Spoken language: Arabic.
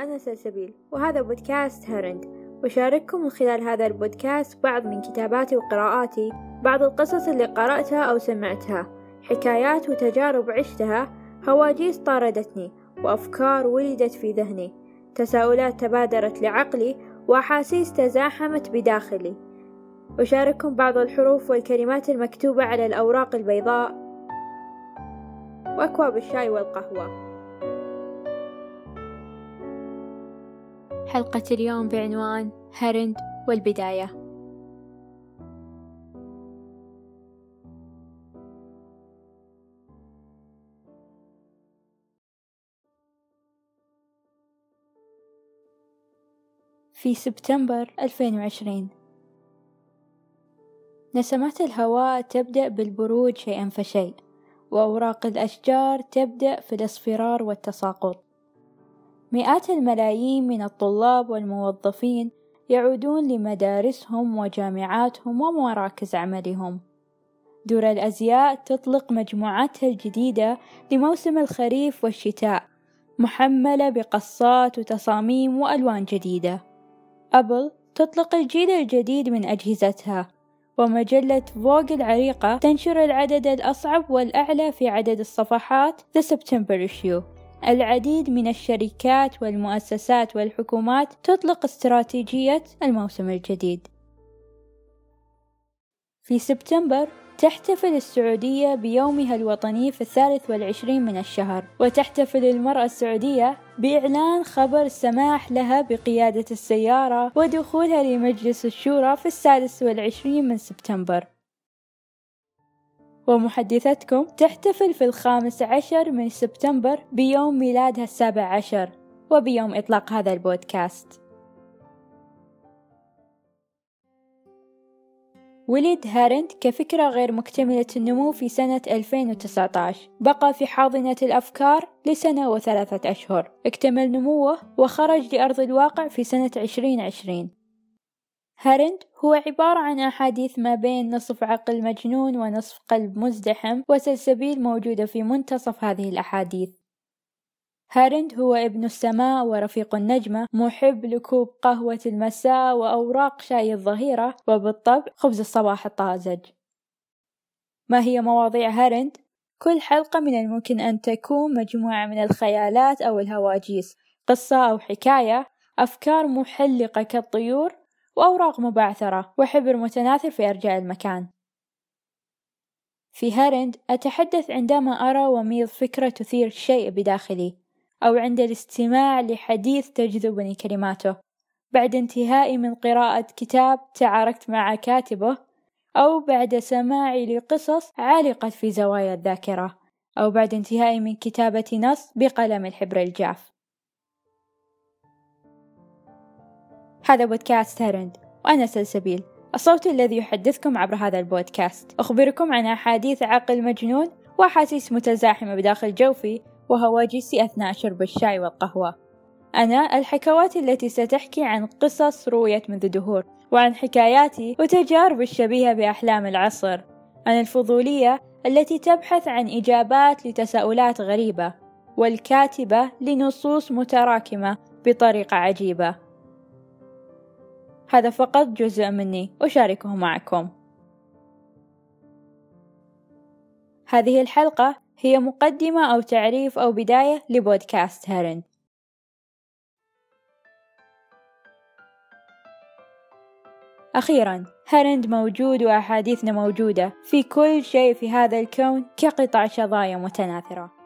أنا سلسبيل، وهذا بودكاست هرند. وشارككم من خلال هذا البودكاست بعض من كتاباتي وقراءاتي، بعض القصص اللي قرأتها أو سمعتها، حكايات وتجارب عشتها، هواجيس طاردتني، وأفكار ولدت في ذهني، تساؤلات تبادرت لعقلي، وأحاسيس تزاحمت بداخلي. أشارككم بعض الحروف والكلمات المكتوبة على الأوراق البيضاء وأكواب الشاي والقهوة. حلقة اليوم بعنوان هرند والبداية. في سبتمبر 2020 نسمات الهواء تبدأ بالبرود شيئا فشيء، وأوراق الأشجار تبدأ في الاصفرار والتساقط. مئات الملايين من الطلاب والموظفين يعودون لمدارسهم وجامعاتهم ومراكز عملهم. دور الأزياء تطلق مجموعاتها الجديدة لموسم الخريف والشتاء، محملة بقصات وتصاميم وألوان جديدة. أبل تطلق الجيل الجديد من أجهزتها، ومجلة فوغ العريقة تنشر العدد الأصعب والأعلى في عدد الصفحات The September Issue. العديد من الشركات والمؤسسات والحكومات تطلق استراتيجية الموسم الجديد. في سبتمبر تحتفل السعودية بيومها الوطني في 23 من الشهر، وتحتفل المرأة السعودية بإعلان خبر السماح لها بقيادة السيارة ودخولها لمجلس الشورى في 26 من سبتمبر. ومحدثتكم تحتفل في 15 من سبتمبر بيوم ميلادها 17 وبيوم إطلاق هذا البودكاست. ولد هارند كفكرة غير مكتملة النمو في سنة 2019، بقى في حاضنة الأفكار لسنة و3 أشهر، اكتمل نموه وخرج لأرض الواقع في سنة 2020. هارند هو عبارة عن أحاديث ما بين نصف عقل مجنون ونصف قلب مزدحم، وسلسبيل موجودة في منتصف هذه الأحاديث. هارند هو ابن السماء ورفيق النجمة، محب لكوب قهوة المساء وأوراق شاي الظهيرة، وبالطبع خبز الصباح الطازج. ما هي مواضيع هارند؟ كل حلقة من الممكن أن تكون مجموعة من الخيالات أو الهواجيس، قصة أو حكاية، أفكار محلقة كالطيور، وأوراق مبعثرة وحبر متناثر في أرجاء المكان. في هارند أتحدث عندما أرى وميض فكرة تثير الشيء بداخلي، أو عند الاستماع لحديث تجذبني كلماته، بعد انتهائي من قراءة كتاب تعاركت مع كاتبه، أو بعد سماعي لقصص علقت في زوايا الذاكرة، أو بعد انتهائي من كتابة نص بقلم الحبر الجاف. هذا بودكاست هرند، وأنا سلسبيل، الصوت الذي يحدثكم عبر هذا البودكاست. أخبركم عن أحاديث عقل مجنون وأحاسيس متزاحمة بداخل جوفي وهواجسي أثناء شرب الشاي والقهوة. أنا الحكوات التي ستحكي عن قصص رويت منذ دهور، وعن حكاياتي وتجارب الشبيهة بأحلام العصر. أنا الفضولية التي تبحث عن إجابات لتساؤلات غريبة، والكاتبة لنصوص متراكمة بطريقة عجيبة. هذا فقط جزء مني أشاركه معكم. هذه الحلقة هي مقدمة أو تعريف أو بداية لبودكاست هرند. أخيرا، هرند موجود وأحاديثنا موجودة في كل شيء في هذا الكون كقطع شظايا متناثرة.